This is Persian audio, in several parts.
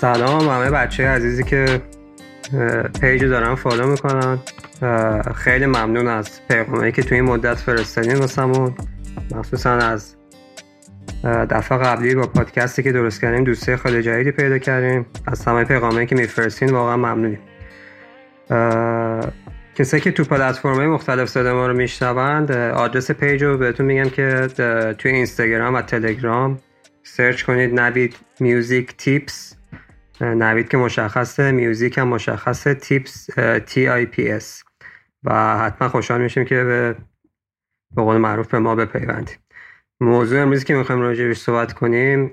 سلام همه بچه عزیزی که پیج رو دارن فالو میکنن. خیلی ممنون از پیغامایی که توی این مدت فرستادین واسمون، مخصوصا از دفعه قبلی با پادکستی که درست کردیم دوسته خیلی جدیدی پیدا کردیم. از همه پیغامایی که میفرستین واقعا ممنونیم. کسایی که تو پلتفرم‌های مختلف صدا ما رو میشنوند، آدرس پیج رو بهتون میگم که توی اینستاگرام و تلگرام سرچ کنید نوید میوزیک تیپس. نوید که مشخصه، میوزیک هم مشخصه، تیپس TIPS، و حتما خوشحال میشیم که به قول معروف به ما بپیوندید. موضوع امروزی که میخوایم راجعش صحبت کنیم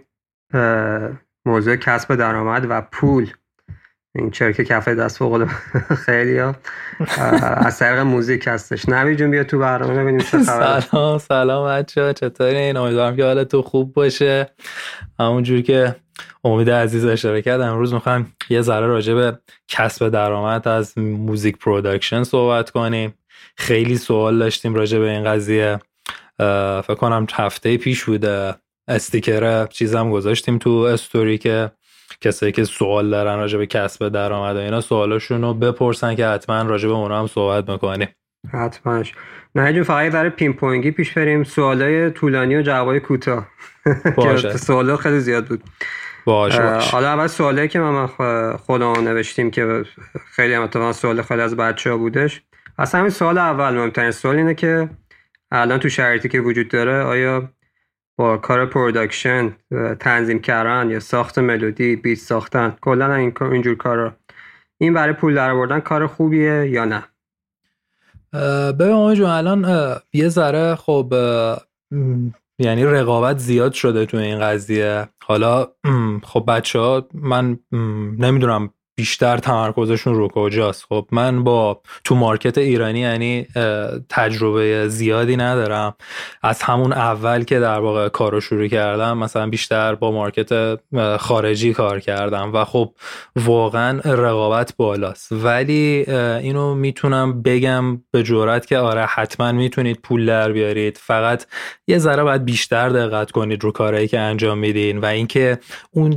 موضوع کسب درآمد و پول. این چرک کف دست فوق العاده خیلی ها از طریق موزیک هستش. نوید جون بیا تو برنامه ببینیم چه خبره. سلام بچه‌ها، چطورین؟ امیدوارم که حالتون خوب باشه. همونجور که امید عزیز اشاره کرد، امروز میخوایم یه ذره راجع به کسب درآمد از موزیک پروداکشن صحبت کنیم. خیلی سوال داشتیم راجع به این قضیه. فکر کنم هفته پیش بوده استیکر چیزم گذاشتیم تو استوری که کسایی که سوال دارن راجع به کسب درآمد و اینا سوالاشون رو بپرسن که حتما راجع به اونا هم صحبت میکنیم. حتماش. نه جو فقط برای پین پونگی پیش بریم، سوالای طولانی و جوابای کوتاه که سوالا خیلی زیاد بود. باشه. حالا اول سوالی که ما خودمون نوشتیم که خیلی اتفاقا سوال خیلی از بچه‌ها بودش. اصلا همین سوال اول، مهمترین سوال اینه که الان تو شرایطی که وجود داره آیا با کار پروداکشن، تنظیم کردن یا ساخت ملودی، بیت ساختن، کلا اینجور کارا، این برای پول درآوردن کار خوبیه یا نه؟ ببین آقا جون، الان یه ذره خب یعنی رقابت زیاد شده تو این قضیه. حالا خب بچه‌ها من نمیدونم بیشتر تمرکزشون رو کجاست. خب من با تو مارکت ایرانی یعنی تجربه زیادی ندارم. از همون اول که در واقع کارو شروع کردم مثلا بیشتر با مارکت خارجی کار کردم و خب واقعا رقابت بالاست، ولی اینو میتونم بگم به جرئت که آره حتما میتونید پول در بیارید، فقط یه ذره باید بیشتر دقت کنید رو کارهایی که انجام میدین و اینکه اون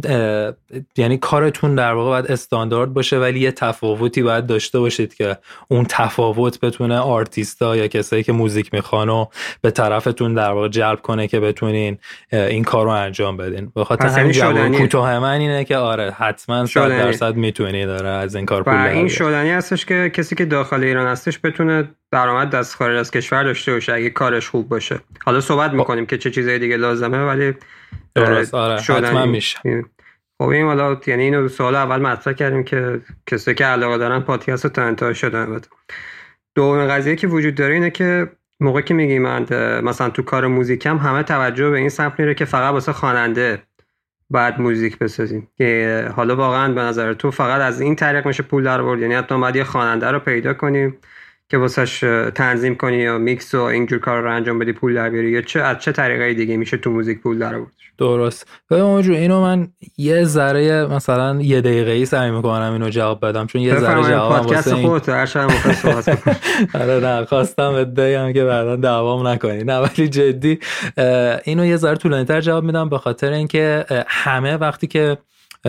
یعنی کارتون در واقع باید استاندارد باشه، ولی یه تفاوتی باید داشته باشید که اون تفاوت بتونه آرتیستا یا کسایی که موزیک میخوانو به طرفتون در واقع جلب کنه که بتونین این کارو انجام بدین. بخاطر همین جواب کوتاه من اینه که آره حتما 100% میتونید داره از این کار پول در بیارید. این شدنی هستش که کسی که داخل ایران هستش بتونه درآمد از خارج از کشور داشته باشه اگه کارش خوب باشه. حالا صحبت میکنیم که چه چیزای دیگه لازمه، ولی درست آره حتما میشه. خب این حالا یعنی اینو سوال اول مطرح کردیم که کسی که علاقه دارن پادکست رو تا انتها شدن بود. دومین قضیه که وجود داره اینه که موقعی که میگیم من مثلا تو کار موزیکم همه توجه به این سمت میره که فقط واسه خواننده بعد موزیک بسازیم، که حالا واقعا به نظر تو فقط از این طریق میشه پول در آورد؟ یعنی حتما باید یه خواننده رو پیدا کنیم که واسش تنظیم کنی یا میکس و اینجور کار رو انجام بدی پول در بیاری، یا از چه طریقای دیگه میشه تو موزیک پول در آورد؟ درست. ببین موضوع اینو من یه ذره مثلا یه دقیقه‌ای سعی می‌کنم اینو جواب بدم، چون یه ذره جوابم پادکست خودت هر شب می‌خوای صحبت کنی. آره نه خواستم بگم که بعدا دعوام نکنی، نه ولی جدی اینو یه ذره طولانی‌تر جواب میدم، به خاطر اینکه همه وقتی که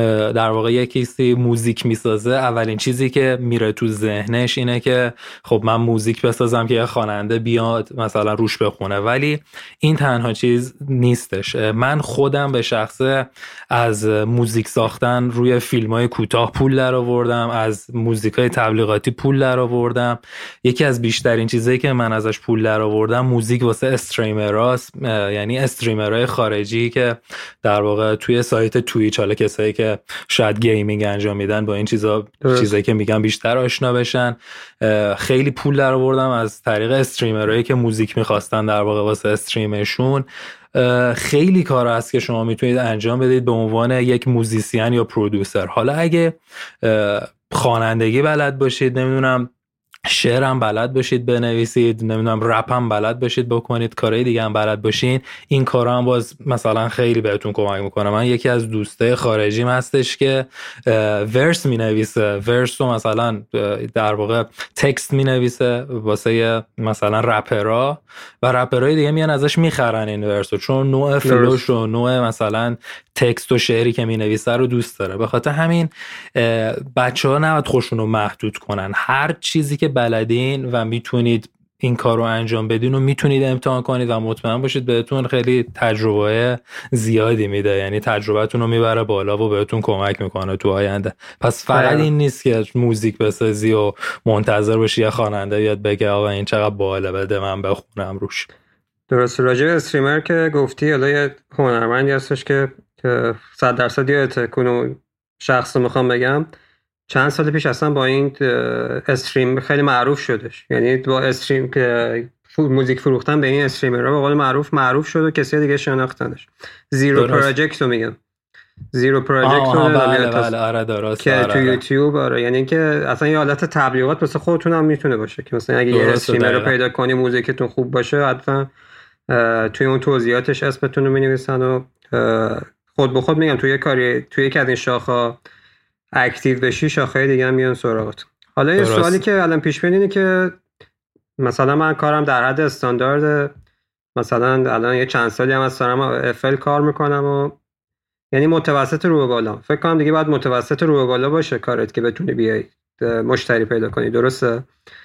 در واقع یک کسی موزیک میسازه اولین چیزی که میره تو ذهنش اینه که خب من موزیک بسازم که یه خواننده بیاد مثلا روش بخونه، ولی این تنها چیز نیستش. من خودم به شخصه از موزیک ساختن روی فیلم‌های کوتاه پول در آوردم، از موزیکای تبلیغاتی پول در آوردم. یکی از بیشترین چیزایی که من ازش پول در آوردم موزیک واسه استریمراست، یعنی استریمرهای خارجی که در واقع توی سایت توییچ، حالا کسایی که شاید گیمینگ انجام میدن با این چیزایی که میگم بیشتر آشنا بشن. خیلی پول در آوردم از طریق استریمرایی که موزیک میخواستن در واقع واسه استریمشون. خیلی کار هست که شما میتونید انجام بدید به عنوان یک موزیسین یا پرودوسر. حالا اگه خوانندگی بلد باشید، نمیدونم شعر هم بلد باشید بنویسید، نمیدونم رپ هم بلد باشید بکنید، کارهای دیگه هم بلد باشین، این کارا هم باز مثلا خیلی بهتون کمک میکنه. من یکی از دوستای خارجیم هستش که ورس مینویسه، ورس رو مثلا در واقع تکست مینویسه واسه مثلا رپرها و رپرهای دیگه میان ازش میخرن این ورس رو، چون نوع فلوش و نوع مثلا تکست و شعری که مینویسه رو دوست داره. به خاطر همین بچه‌ها نباید خودشون رو محدود کنن، هر چیزی که بلدین و میتونید این کار رو انجام بدین و میتونید امتحان کنید و مطمئن باشید بهتون خیلی تجربه زیادی میده، یعنی تجربتون رو میبره بالا و بهتون کمک میکنه تو آینده. پس فقط این نیست که موزیک بسازی و منتظر باشی یه خواننده بیاد بگه آقا این چقدر باحاله بده من بخونم روش. درست. راجع به استریمر که گفتی، حالا یه هنرمندی هستش که 100% یادته کنون شخص رو میخوام بگم، چند سال پیش اصلا با این استریم خیلی معروف شدش، یعنی با استریم که موزیک فروختن به این استریمرها به قول معروف شد و کسی دیگه شناختنش. زیرو پراجکت رو میگم، زیرو پراجکت رو بله آره درست که تو یوتیوب آره، یعنی که اصلا یه حالت تبلیغات مثل خودتون هم میتونه باشه که مثلا اگه یه استریمر رو پیدا کنی موزیکتون خوب باشه حتما توی اون توضیحاتش اسمتون رو مینویسن و خود به خود میگم توی یه کاری توی یک از این شاخه‌ها اکتیو بشی شاخه‌های دیگه هم میان سراغت. حالا یه سوالی که الان پیش میاد اینه که مثلا من کارم در حد استاندارد، مثلا الان یه چند سالی هم از دارم افل کار میکنم و یعنی متوسط رو به بالا، فکر کنم دیگه باید متوسط رو به بالا باشه کارت که بتونی بیای مشتری پیدا کنی. درسته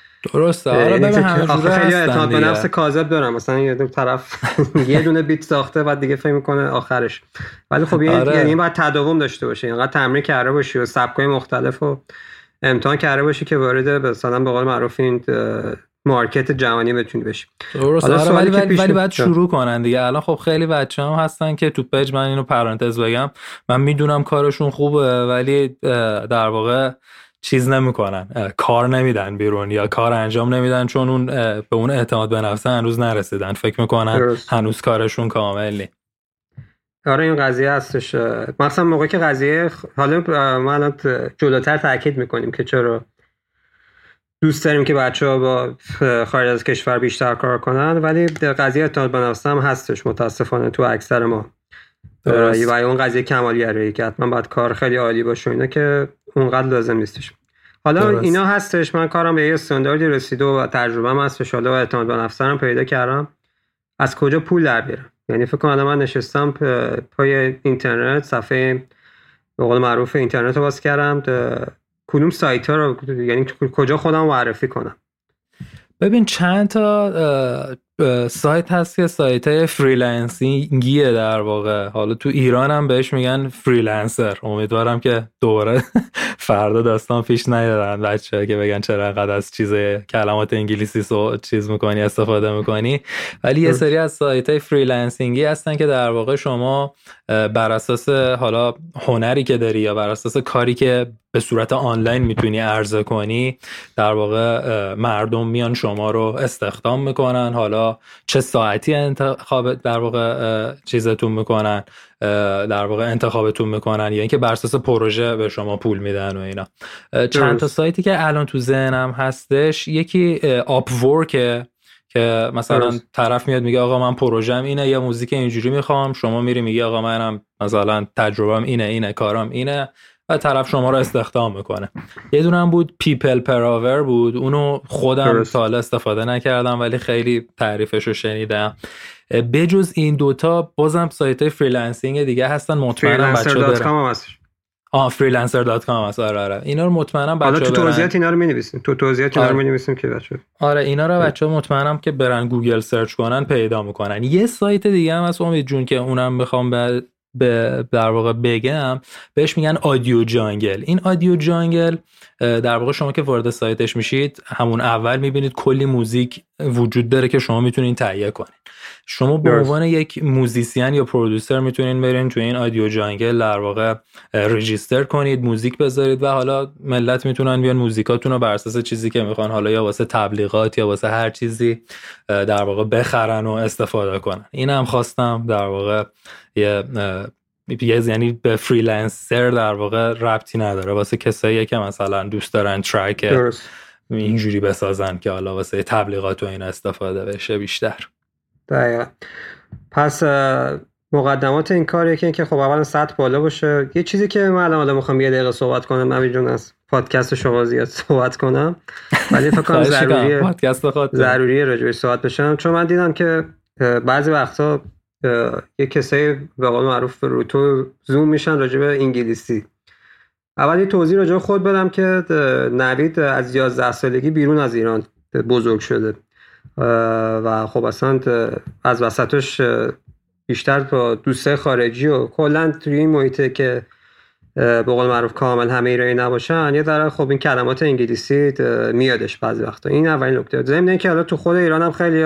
آره ببین همه خیلی اعتماد به نفس کاذب دارم، مثلا یه طرف یه دونه بیت ساخته بعد دیگه فکر میکنه آخرش، ولی خب یعنی باید تداوم داشته باشه، اینقدر تمرین کرده باشی و سبکای مختلف و امتحان کرده باشی که وارد مثلا به قول معروف این مارکت جهانی بتونی بشی. آره ولی باید شروع کنن دیگه. الان خب خیلی بچه‌ها هستن که تو پیج، من اینو پرانتز بگم، من میدونم کارشون خوبه ولی در واقع چیز نمیکنن، کار نمیدن بیرون یا کار انجام نمیدن، چون اون به اون اعتماد به نفس هنوز نرسیدن، فکر میکنن هنوز کارشون کامل نیست. آره این قضیه هستش. مثلا موقعی که قضیه، حالا ما الان جلوتر تاکید میکنیم که چرا دوست داریم که بچه‌ها با خارج از کشور بیشتر کار کنن، ولی قضیه اعتماد به نفس هم هستش متاسفانه تو اکثر ما. و اون قضیه کمالگرایی که حتما باید کار خیلی عالی باشه، اینا که اونقدر لازم نیستش. حالا اینا هستش، من کارم به یه استانداردی رسیده و تجربه‌ام هستش، حالا اعتماد به نفسم پیدا کردم، از کجا پول در بیارم. یعنی فکر کنم من نشستم پای اینترنت، صفحه به قول معروف اینترنت رو باز کردم، کدوم سایت ها رو، یعنی کجا خودم معرفی کنم. ببین چند تا سایت هست که سایت های فریلنسینگیه در واقع، حالا تو ایران هم بهش میگن فریلنسر. امیدوارم که دوباره فردا داستان پیش نیارن بچه‌ها که بگن چرا انقدر از کلمات انگلیسی چیز میکنی استفاده میکنی. ولی یه سری از سایت های فریلنسینگی هستن که در واقع شما بر اساس حالا هنری که داری یا بر اساس کاری که به صورت آنلاین میتونی عرضه کنی، در واقع مردم میان شما رو استخدام میکنن، حالا چه ساعتی انتخاب در واقع چیزتون میکنن، در واقع انتخابتون میکنن، یا اینکه بر اساس پروژه به شما پول میدن و اینا. چند تا سایتی که الان تو ذهنم هستش، یکی آپورکه که مثلا طرف میاد میگه آقا من پروژم اینه، یا موزیک اینجوری میخوام، شما میری میگی آقا منم مثلا تجربم اینه کارم اینه و طرف شما رو استخدام میکنه. یه دونه هم بود پیپل پراور بود، اونو خودم تا حالا استفاده نکردم ولی خیلی تعریفش رو شنیدم. بجز این دوتا بازم سایت های فریلنسینگ دیگه هستن، مطمئنم بچه‌ها برن. freelancer.com هست. آره اینا رو مطمئنم بچه‌ها برن. تو توضیحات اینا رو می‌نویسیم، اینا رو می‌نویسیم که بچه‌ها. آره اینا رو بچه‌ها مطمئنم که برن گوگل سرچ کنن پیدا میکنن. یه سایت دیگه هم هست امید جون که اونم میخوام در واقع بگم، بهش میگن آدیو جانگل. این آدیو جانگل در واقع شما که وارد سایتش میشید همون اول میبینید کلی موزیک وجود داره که شما میتونین تهیه کنین. شما به عنوان یک موزیسین یا پرودوسر میتونین برین تو این آدیو جانگل در واقع رجیستر کنید، موزیک بذارید و حالا ملت میتونن بیان موزیکاتون رو بر اساس چیزی که میخوان، حالا یا واسه تبلیغات یا واسه هر چیزی در واقع بخرن و استفاده کنن. اینم خواستم در واقع یعنی به فریلنسر در واقع ربطی نداره، واسه کسایی که مثلا دوست دارن ترک اینجوری بسازن که حالا واسه تبلیغات و این استفاده بشه بیشتر. دقیقا. پس مقدمات این کار که خب اولا سطح بالا باشه. یه چیزی که من الان میخوام یه دقیقه صحبت کنم، نوید جون، از پادکست شما زیاد صحبت کنم ولی فکر کنم ضروریه راجع بهش صحبت بشم، چون من دیدم که بعضی وقتا یه کسایی به قول معروف رو تو زوم میشن راجع به انگلیسی. اول یه توضیح راجع به خود بدم که نوید از 11 سالگی بیرون از ایران بزرگ شده و خب اصلا از وسطش بیشتر با دوسته خارجی و کلا توی این محیطه که به قول معروف کامل همه ایرانی نباشن، یه ذره خب این کلمات انگلیسی میادش بعضی وقتا. این اولین نکته. ضمن اینکه حالا تو خود ایران هم خیلی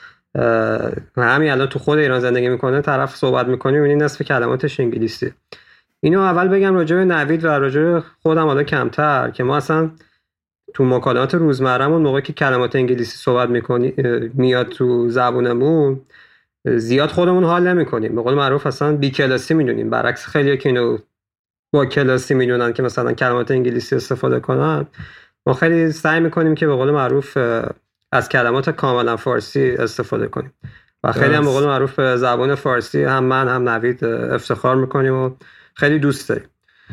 همین الان تو خود ایران زندگی میکنه، طرف صحبت میکنه میبینی نصف کلماتش انگلیسی. اینو اول بگم راجع به نوید و راجع به خودم حالا کمتر، که ما اصلا تو مکالمات روزمرهمون موقعی که کلمات انگلیسی صحبت میکنی میاد تو زبونمون، زیاد خودمون حال نمیکنیم. به قول معروف اصلا بی کلاسی میدونیم، برعکس خیلی‌ها که اینو با کلاسی میدونن که مثلا کلمات انگلیسی استفاده کنن. ما خیلی سعی میکنیم که به قول معروف از کلمات کاملا فارسی استفاده کنیم و خیلی هم به قول معروف به زبان فارسی هم من هم نوید افتخار میکنیم و خیلی دوست داریم.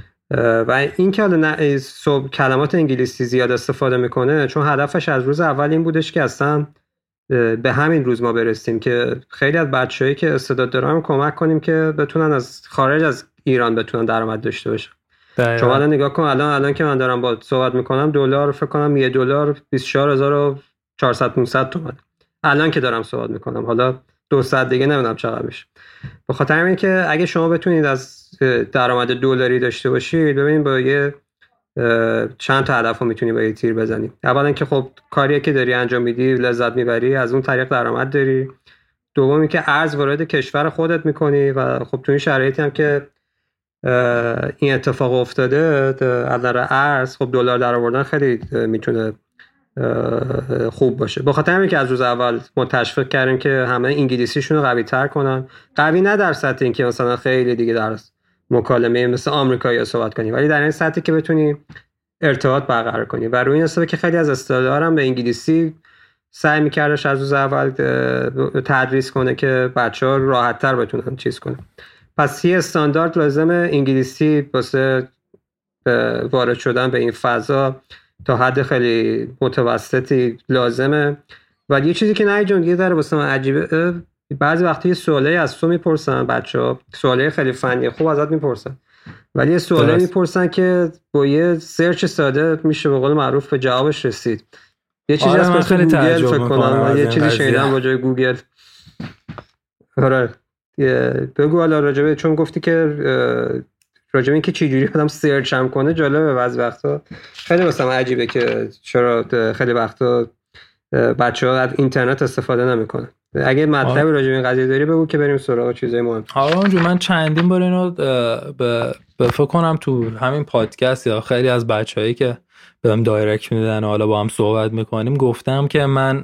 و این که کلمات انگلیسی زیاد استفاده میکنه چون هدفش از روز اول این بودش که اصلا به همین روز ما برسیم که خیلی از بچه‌هایی که استعداد دارن کمک کنیم که بتونن از خارج از ایران بتونن درآمد داشته باشن. شما الان نگاه کن، الان که من دارم با صحبت میکنم دلار فکر کنم $1 24400 تومان الان که دارم صحبت میکنم. حالا 2 ساعت دیگه نمیدونم چقدر میشه. به خاطر همین که اگه شما بتونید از درآمد دلاری داشته باشید، ببینید با یه چند تا هدف رو میتونی با یه تیر بزنی. اولا که خب کاریه که داری انجام میدی لذت میبری، از اون طریق درآمد داری. دومی که ارز وارد کشور خودت میکنی و خب تو این شرایطی هم که این اتفاق افتاده از نظر ارز، خب دلار درآوردن خیلی میتونه خوب باشه. به خاطر همین که از روز اول ما تشویق کردیم که همه انگلیسیشون رو قوی تر کنن. قوی نه در سطح این که مثلا خیلی دیگه در مکالمه مثل آمریکایی صحبت کنی، ولی در این سطحی که بتونی ارتباط برقرار کنی. و روی این حسابه که خیلی از استادارم به انگلیسی سعی می‌کردش از روز اول تدریس کنه که بچه‌ها راحت‌تر بتونن چیز کنن. پس یه استاندارد لازمه انگلیسی واسه وارد شدن به این فضا تا حد خیلی متوسطی لازمه. و یه چیزی که نه جون دیگه داره واسه من عجیبه، بعضی وقتی سوالی از تو میپرسن بچه‌ها، سوالی خیلی فنی خوب ازت میپرسن، ولی یه سوالی میپرسن که با یه سرچ ساده میشه به قول معروف به جوابش رسید. یه چیزی از خیلی گوگل فکر کنم، یه چیزی شنیدم راجع به گوگل. آره بگو حالا راجع به، چون گفتی که راجع به اینکه چه جوری آدم سرچ هم کنه، جالبه. بعضی وقتا خیلی واسم عجیبه که چرا خیلی وقتا بچه‌ها از اینترنت استفاده نمیکنن. اگه مطلبی راجع به این قضیه داری بگو که بریم سراغ چیزای مهم. آره من چندین بار اینو به فکر کنم تو همین پادکست یا خیلی از بچه‌هایی که بهم دایرکت میدن و حالا با هم صحبت میکنیم گفتم که من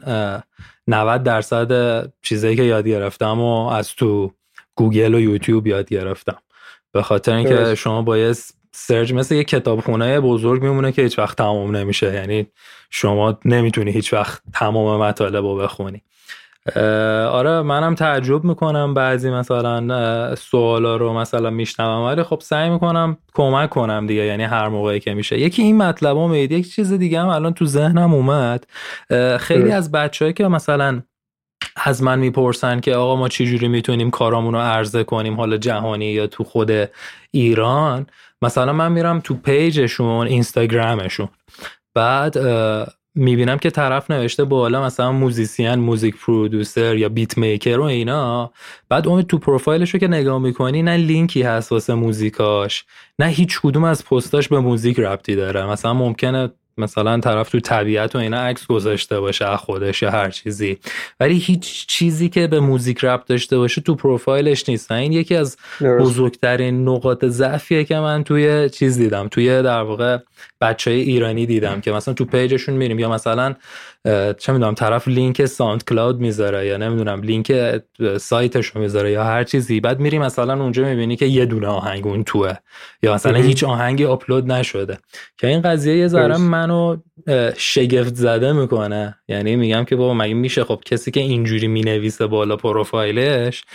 90% چیزایی که یاد گرفتم و از تو گوگل و یوتیوب یاد گرفتم، به خاطر اینکه شما با یه سرچ مثل یه کتابخونه بزرگ میمونه که هیچ وقت تمام نمیشه. یعنی شما نمیتونی هیچ وقت تمام مطالب رو بخونی. آره منم تعجب میکنم بعضی مثلا سوالا رو مثلا میشنوم، ولی خب سعی میکنم کمک کنم دیگه. یعنی هر موقعی که میشه. یکی این مطلب اومد، یک چیز دیگه هم الان تو ذهنم اومد. خیلی از بچه‌ها که مثلا از من میپرسن که آقا ما چی جوری میتونیم کارامون رو عرضه کنیم، حالا جهانی یا تو خود ایران، مثلا من میرم تو پیجشون اینستاگرامشون، بعد میبینم که طرف نوشته بالا مثلا موزیسین، موزیک پرودوسر یا بیت میکر و اینا، بعد اون تو پروفایلشو که نگاه میکنی نه لینکی هست واسه موزیکاش، نه هیچ کدوم از پستاش به موزیک ربطی داره. مثلا ممکنه مثلا طرف تو طبیعت و اینا عکس گذاشته باشه از خودش یا هر چیزی، ولی هیچ چیزی که به موزیک ربط داشته باشه تو پروفایلش نیست. این یکی از بزرگترین نقاط ضعفیه که من توی چیز دیدم، توی در واقع بچهای ایرانی دیدم که مثلا تو پیجشون میریم یا مثلا چه میدونم طرف لینک ساوند کلاود میذاره یا نمیدونم لینک سایتشو میذاره یا هر چیزی، بعد میری مثلا اونجا میبینی که یه دونه آهنگ اون توه یا مثلا هیچ آهنگی آپلود نشده. که این قضیه یه ذره منو شگفت زده میکنه. یعنی میگم که بابا مگه میشه خب کسی که اینجوری مینویسه بالا پروفایلش،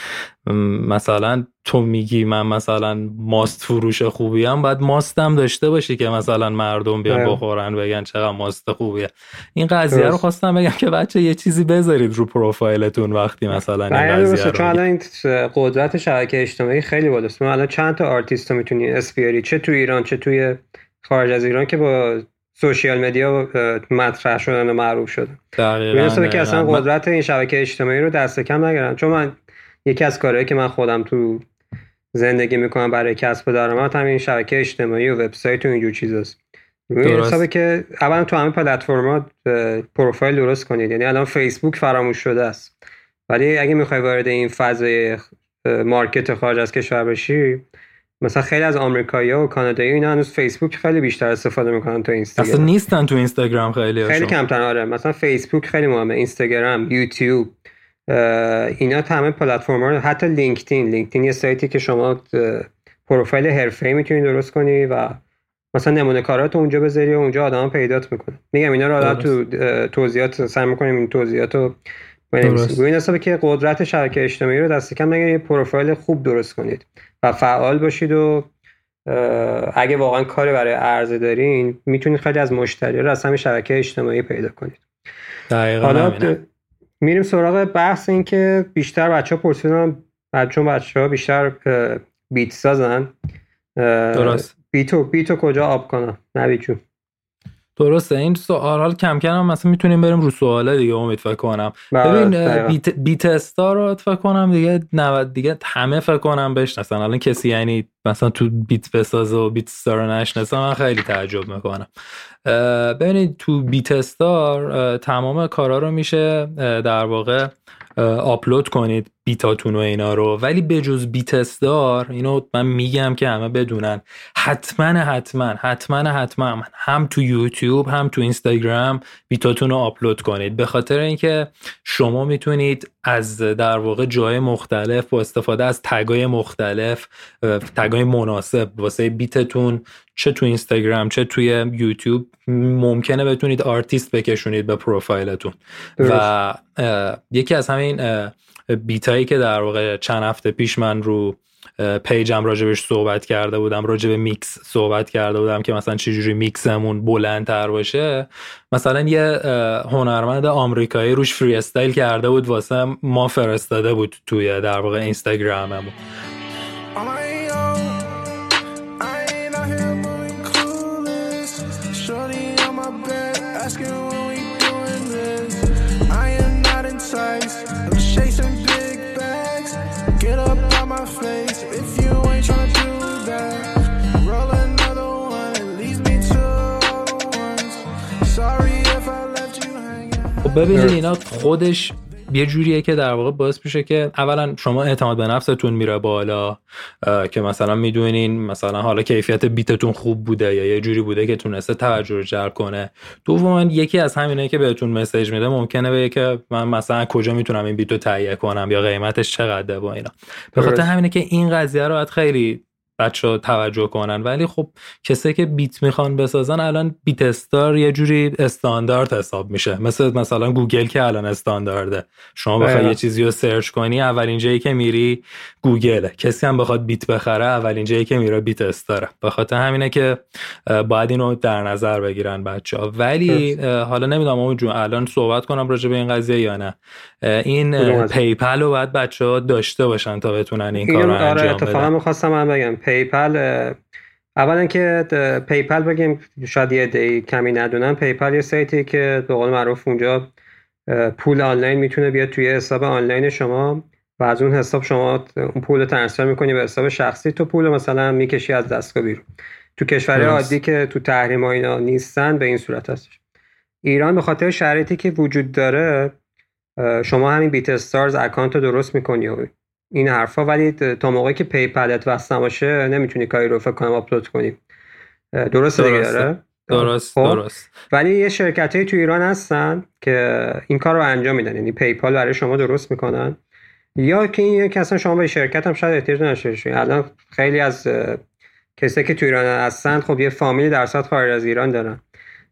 مثلا تو میگی من مثلا ماست فروش خوبیم، باید ماستم داشته باشی که مثلا مردم بیان بخورن بگن چقدر ماست خوبیه. این قضیه رو خواستم بگم که بچه یه چیزی بذارید رو پروفایلتون وقتی مثلا این قضیه رو. چون الان این قدرت شبکه اجتماعی خیلی بالاست. ما الان چند تا آرتیست رو میتونی اسپیاری، چه تو ایران چه توی خارج از ایران، که با سوشیال مدیا مطرح شدن و معروف شدن. دقیقاً که اصلا قدرت این شبکه اجتماعی رو دست کم نگیرن. چون من یکی از کارهایی که من خودم تو زندگی میکنم برای کسب درآمد همین شبکه اجتماعی و وبسایت و اینجور چیزاست. روی حسابه که اولا تو همه پلتفرم‌ها پروفایل درست کنید. یعنی الان فیسبوک فراموش شده است، ولی اگه میخوای وارد این فضای مارکت خارج از کشور بشی، مثلا خیلی از آمریکایی‌ها و کانادایی اینا هنوز فیسبوک خیلی بیشتر استفاده میکنن تا اینستاگرام. اصلا نیستن تو اینستاگرام خیلی کمتر. آره مثلا فیسبوک خیلی مهمه، اینستاگرام، یوتیوب، اینا همه پلتفرم‌ها رو، حتی لینکدین یه سایتی که شما پروفایل حرفه‌ای میتونی درست کنی و مثلا نمونه کاراتو اونجا بذاری و اونجا آدما پیدات میکنه. میگم اینا رو حالا تو توضیحات سعی می‌کنیم این توضیحاتو بنویسیم. روی این حسابه که قدرت شبکه اجتماعی رو دست کم نگیرید، پروفایل خوب درست کنید و فعال باشید و اگه واقعا کاری برای عرضه دارین میتونید خیلی از مشتری‌ها رو از همین شبکه اجتماعی پیدا کنید. دقیقاً. حالا میریم سراغ بحث این که بیشتر بچه‌ها پرسیدن، چون بچه‌ها بیشتر بیت سازن. درست. بیتو کجا آب کنم نوید جون؟ درسته. این سوال کم کم مثلا میتونیم بریم رو سوالا دیگه. امید فکر کنم ببین بیت استار رو فکر کنم دیگه 90 دیگه همه فکر کنم بشناسن. الان کسی یعنی مثلا تو بیت بسازه و بیت استار رو نشناسه من خیلی تعجب میکنم. ببینید تو بیت استار تمام کارا رو میشه در واقع آپلود کنید بیتاتون و اینا رو، ولی به جز بیت استار اینو من میگم که همه بدونن، حتما هم تو یوتیوب هم تو اینستاگرام بیتاتون رو آپلود کنید. به خاطر اینکه شما میتونید از در واقع جای مختلف با استفاده از تگای مختلف، تگای مناسب واسه بیتتون، چه تو اینستاگرام چه توی یوتیوب، ممکنه بتونید آرتیست بکشونید به پروفایلتون. و یکی از همین بیتایی که در واقع چند هفته پیش من رو پیجم راجبش صحبت کرده بودم، راجب میکس صحبت کرده بودم که مثلا چجوری میکسمون بلندتر باشه، مثلا یه هنرمند آمریکایی روش فری استایل کرده بود واسه ما فرستاده بود توی در واقع اینستاگراممون. ببینید اینا خودش یه جوریه که در واقع باعث میشه که اولا شما اعتماد به نفستون میره بالا، که مثلا میدونین مثلا حالا کیفیت بیتتون خوب بوده یا یه جوری بوده که تونسته توجه رو جلب کنه. دوما یکی از همینه که بهتون مسیج میده ممکنه بگه که من مثلا کجا میتونم این بیتو تهیه کنم یا قیمتش چقدره با اینا. به خاطر همینه که این قضیه رو باید خیلی بچه‌ها توجه کنن. ولی خب کسایی که بیت میخوان بسازن الان بیت استار یه جوری استاندارد حساب میشه، مثلا گوگل که الان استاندارده. شما بخوای یه چیزی رو سرچ کنی اولین جایی که میری گوگله، کسی هم بخواد بیت بخره اولین جایی که میره بیت استاره. به خاطر همینه که باید اینو در نظر بگیرن بچه‌ها. ولی حالا نمیدونم اون جون الان صحبت کنم راجع به این قضیه یا نه. این پیپل رو باید بچه‌ها داشته باشن تا بتونن این کارو انجام بدن. اتفاقا می‌خواستم من بگم پیپل، اولا که پیپل بگیم شاید یه عده‌ای کمی ندونن، پیپل یه سایتی که به قول معروف اونجا پول آنلاین میتونه بیاد توی حساب آنلاین شما و از اون حساب شما اون پول رو ترانسفر می‌کنی به حساب شخصی، تو پول مثلا میکشی از دستگاه بیرون. تو کشورهای عادی که تو تحریم ها اینا نیستن به این صورت هستش. ایران به خاطر شرایطی که وجود داره شما همین بیت استارز اکانت رو درست می‌کنی و این حرفا، ولی تا موقعی که پیپلت وصل نباشه نمیتونی کاری رو فکر کنم آپلود کنی. درسته دیگه داره؟ درست. ولی یه شرکتایی تو ایران هستن که این کار رو انجام میدن، یعنی پیپال برای شما درست میکنن، یا که این که اصلا شما به شرکت هم شاید احتیاج نداشته باشید. الان خیلی از کسایی که تو ایران هستن خب یه فامیلی درصد خارج از ایران دارن.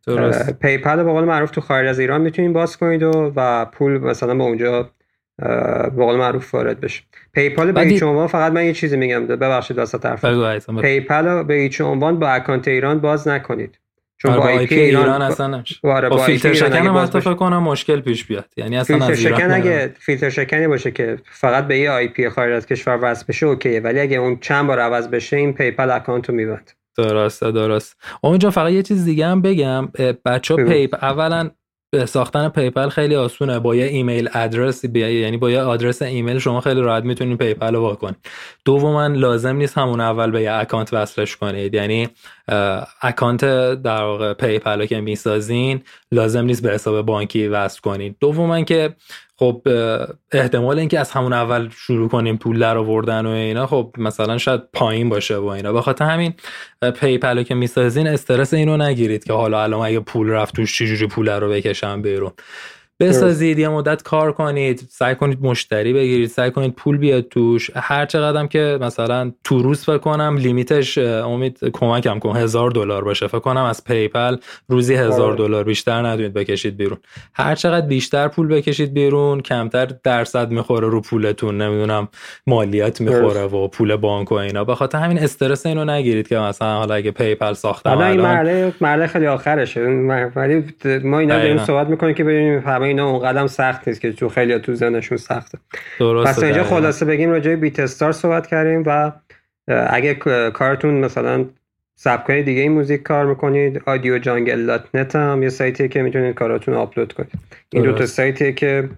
درست. پیپل به قول معروف تو خارج از ایران میتونید باز کنید و پول مثلا به اونجا به قول معروف وارد بشه. پیپل به هیچ عنوان، فقط من یه چیزی میگم ببخشید واسه حرفم، پیپل به هیچ عنوان با اکانت ایران باز نکنید، چون با آی پی ایران اصلا نمیشه. با فیلتر شکن هم حتی فکر کنم مشکل پیش بیاد، یعنی اصلا فیلتر شکن اگه فیلتر شکنی باشه که فقط به یه آی پی خارج از کشور وصل بشه اوکیه، ولی اگه اون چند بار عوض بشه این پیپل اکانت رو میبنده. درست. اونجا فقط یه چیز دیگه هم بگم، بچا اولا ساختن پیپل خیلی آسونه، با یه ایمیل ادرس یعنی با یه آدرس ایمیل شما خیلی راحت میتونید پیپل رو وا کنید. دوما لازم نیست همون اول به یه اکانت وصلش کنید، یعنی اکانت در واقع پیپل رو که میسازین لازم نیست به حساب بانکی وصل کنید. دوما که خب احتمال اینکه از همون اول شروع کنیم پول در آوردن و اینا خب مثلا شاید پایین باشه و اینا، بخاطر همین پیپل رو که میسازین استرس اینو نگیرید که حالا الان اگه پول رفت توش چجوری پول رو بکشم بیرون. بسازید، یه مدت کار کنید، سعی کنید مشتری بگیرید، سعی کنید پول بیاد توش. هر چقدرم که مثلا تو روز فکر کنم لیمیتش، امید کمکم کن، $1000 باشه فکر کنم از پیپل روزی $1000 بیشتر ندونید بکشید بیرون. هر چقدر بیشتر پول بکشید بیرون کمتر درصد میخوره رو پولتون، نمیدونم مالیات میخوره و پول بانک و اینا. بخاطر همین استرس اینو نگیرید که مثلا حالا اگه پیپل ساختم حالا این مرحله خیلی آخرشه، ولی ما اینا داریم صحبت میکنیم که ببینیم اینا اون قدم سخت نیست که تو خیلی تو ذهنشون سخته. پس اینجا خلاصه بگیم راجع به بیت استار صحبت کردیم و اگه کارتون مثلا سبکای دیگه این موزیک کار میکنید، audiojungle.net هم یه سایتیه که میتونید کاراتون آپلود کنید. این دو تا سایتیه که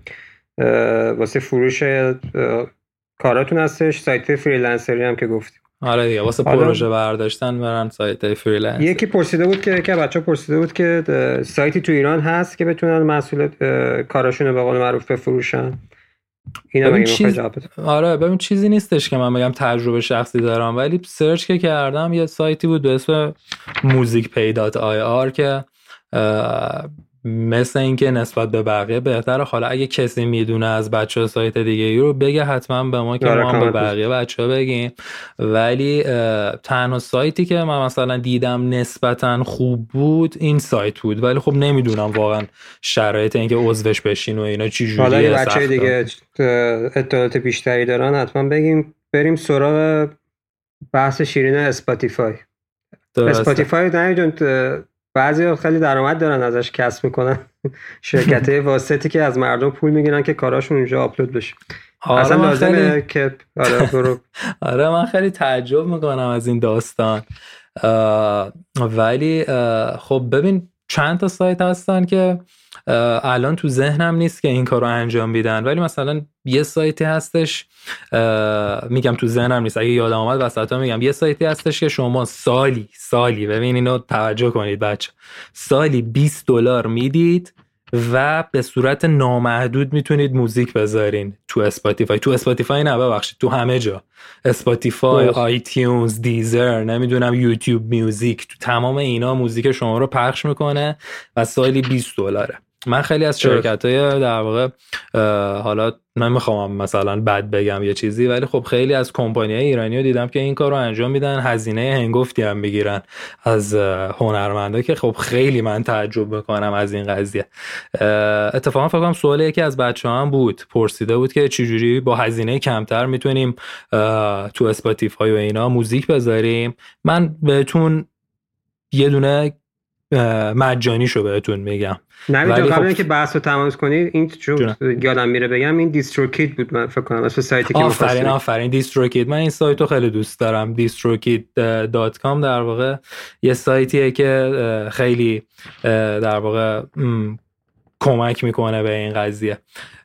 واسه فروش کاراتون هستش. سایت فریلنسری هم که گفتیم. آره دیگه، واسه پروژه برداشتن برن سایت فریلنس. یکی پرسیده بود که بچه‌ها پرسیده بود که سایتی تو ایران هست که بتونن محصول کاراشون رو به قول معروف بفروشن. اینا میگم جواب بده. آره ببین چیزی نیستش که من بگم تجربه شخصی دارم، ولی سرچ که کردم یه سایتی بود به اسم musicpay.ir که مثل این که نسبت به بقیه بهتره. حالا اگه کسی میدونه از بچه سایت دیگه ای رو بگه حتما به ما که ما هم به بقیه بچه ها بگیم. ولی تنها سایتی که من مثلا دیدم نسبتا خوب بود این سایت بود، ولی خب نمیدونم واقعا شرایط اینکه عضوش بشین و اینا چی جوریه. حالا اگه بچه دیگه اطلاعات بیشتری دارن حتما بگیم. بریم سراغ بحث شیرین اسپاتیفای. اسپاتیفای نمیدونم بعضی خیلی درآمد دارن ازش کسب میکنن. شرکت‌های واسطی که از مردم پول میگیرن که کاراشون اونجا آپلود بشه. اصلا لازمه که آره من خیلی تعجب میکنم از این داستان. ولی خب ببین چند تا سایت هستن که الان تو ذهنم نیست که این کارو انجام میدن، ولی مثلا یه سایتی هستش، میگم تو ذهنم نیست، اگه یادم اومد وسطا میگم، یه سایتی هستش که شما سالی ببین اینو توجه کنید بچه، سالی $20 میدید و به صورت نامحدود میتونید موزیک بذارین تو اسپاتیفای نه ببخشید تو همه جا، اسپاتیفای، آیتیونز، دیزر، نمیدونم یوتیوب میوزیک، تو تمام اینا موزیک شما رو پخش میکنه و سالی $20. من خیلی از شرکت‌های در واقع حالا نمیخوام مثلا بد بگم یه چیزی، ولی خب خیلی از کمپانی‌های ایرانی رو دیدم که این کار رو انجام میدن، هزینه هنگفتی هم میگیرن از هنرمندا که خب خیلی من تعجب میکنم از این قضیه. اتفاقا فکر کنم سوال یکی از بچه‌ها هم بود، پرسیده بود که چجوری با هزینه کمتر میتونیم تو اسپاتیفای و اینا موزیک بذاریم. من بهتون یه دونه مجانیشو بهتون میگم. ولی قبل اینکه بحث رو تمام کنید این چون یادم میره بگم این دیستروکید بود، من فکر کنم اسم سایتی که آفرین دیستروکید. من این سایت رو خیلی دوست دارم. distrokid.com در واقع یه سایتیه که خیلی در واقع کمک میکنه به این قضیه.